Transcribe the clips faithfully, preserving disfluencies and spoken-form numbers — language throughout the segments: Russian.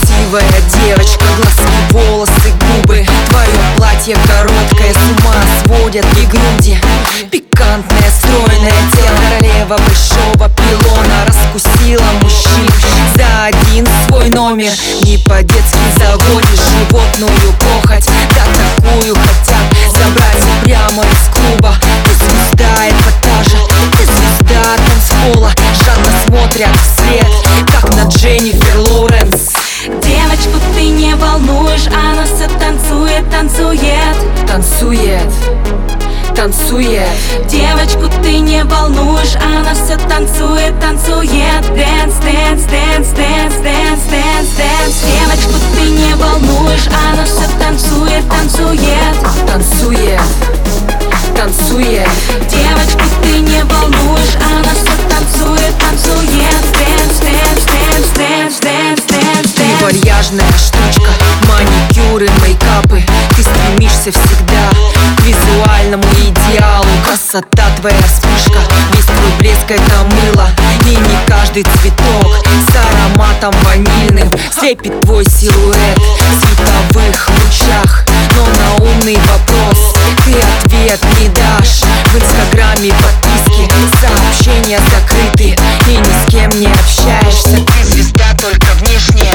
Красивая девочка, глазки, волосы, губы. Твое платье короткое, с ума сводят и груди. Пикантное, стройное тело, королева большого пилона. Раскусила мужчин за один свой номер. Не по-детски заводишь животную похоть. Да такую хотят забрать прямо из клуба. Ты звезда эпатажа, ты звезда танцпола. Жадно смотрят вслед, как на Дженнифер Лоуренс. Девочку ты не волнуешь, она все танцует, танцует. Танцует, танцует. Девочку ты не волнуешь, она все танцует, танцует. Dance, dance, dance, dance, dance, dance, dance. Девочку ты не волнуешь, она все танцует, танцует. Танцует, танцует. Девочку ты не волнуешь, она все танцует, танцует. Dance, dance, dance, dance, dance, dance, Ты dance. вальяжная штучка, маникюры, мейкапы. Ты стремишься всегда к визуальному идеалу. Красота твоя вспышка, весь твой блеск это мыло. И не каждый цветок с ароматом ванильным слепит твой силуэт в световых лучах. Но на умный вопрос ты ответ не дашь. В инстаграме подписки, сообщения закрыты. И ни с кем не общаешься, ты звезда только внешне.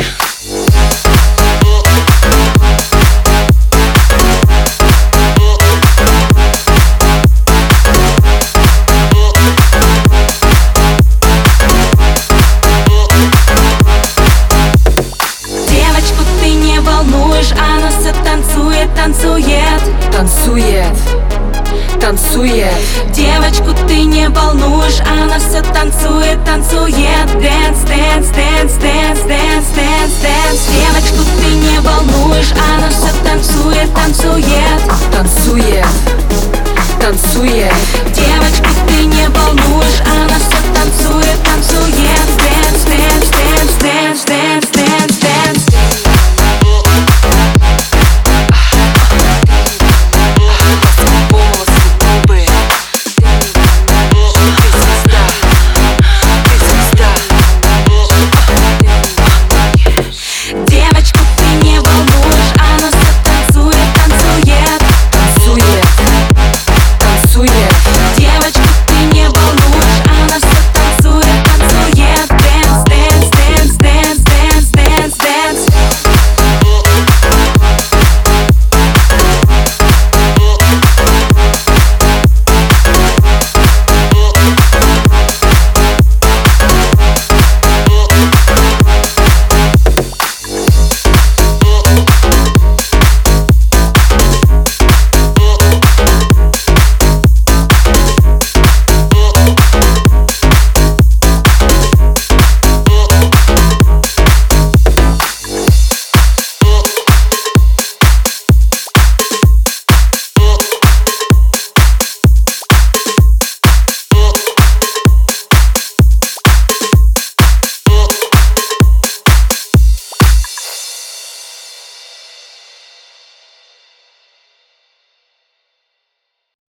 Девочку ты не волнуешь, она все танцует, танцует. Танцует, танцует. Девочку ты не волнуешь, она все танцует, танцует. Dance, dance, dance, dance, dance, dance, dance. Девочку ты не волнуешь, она все танцует, танцует. Танцует, танцует.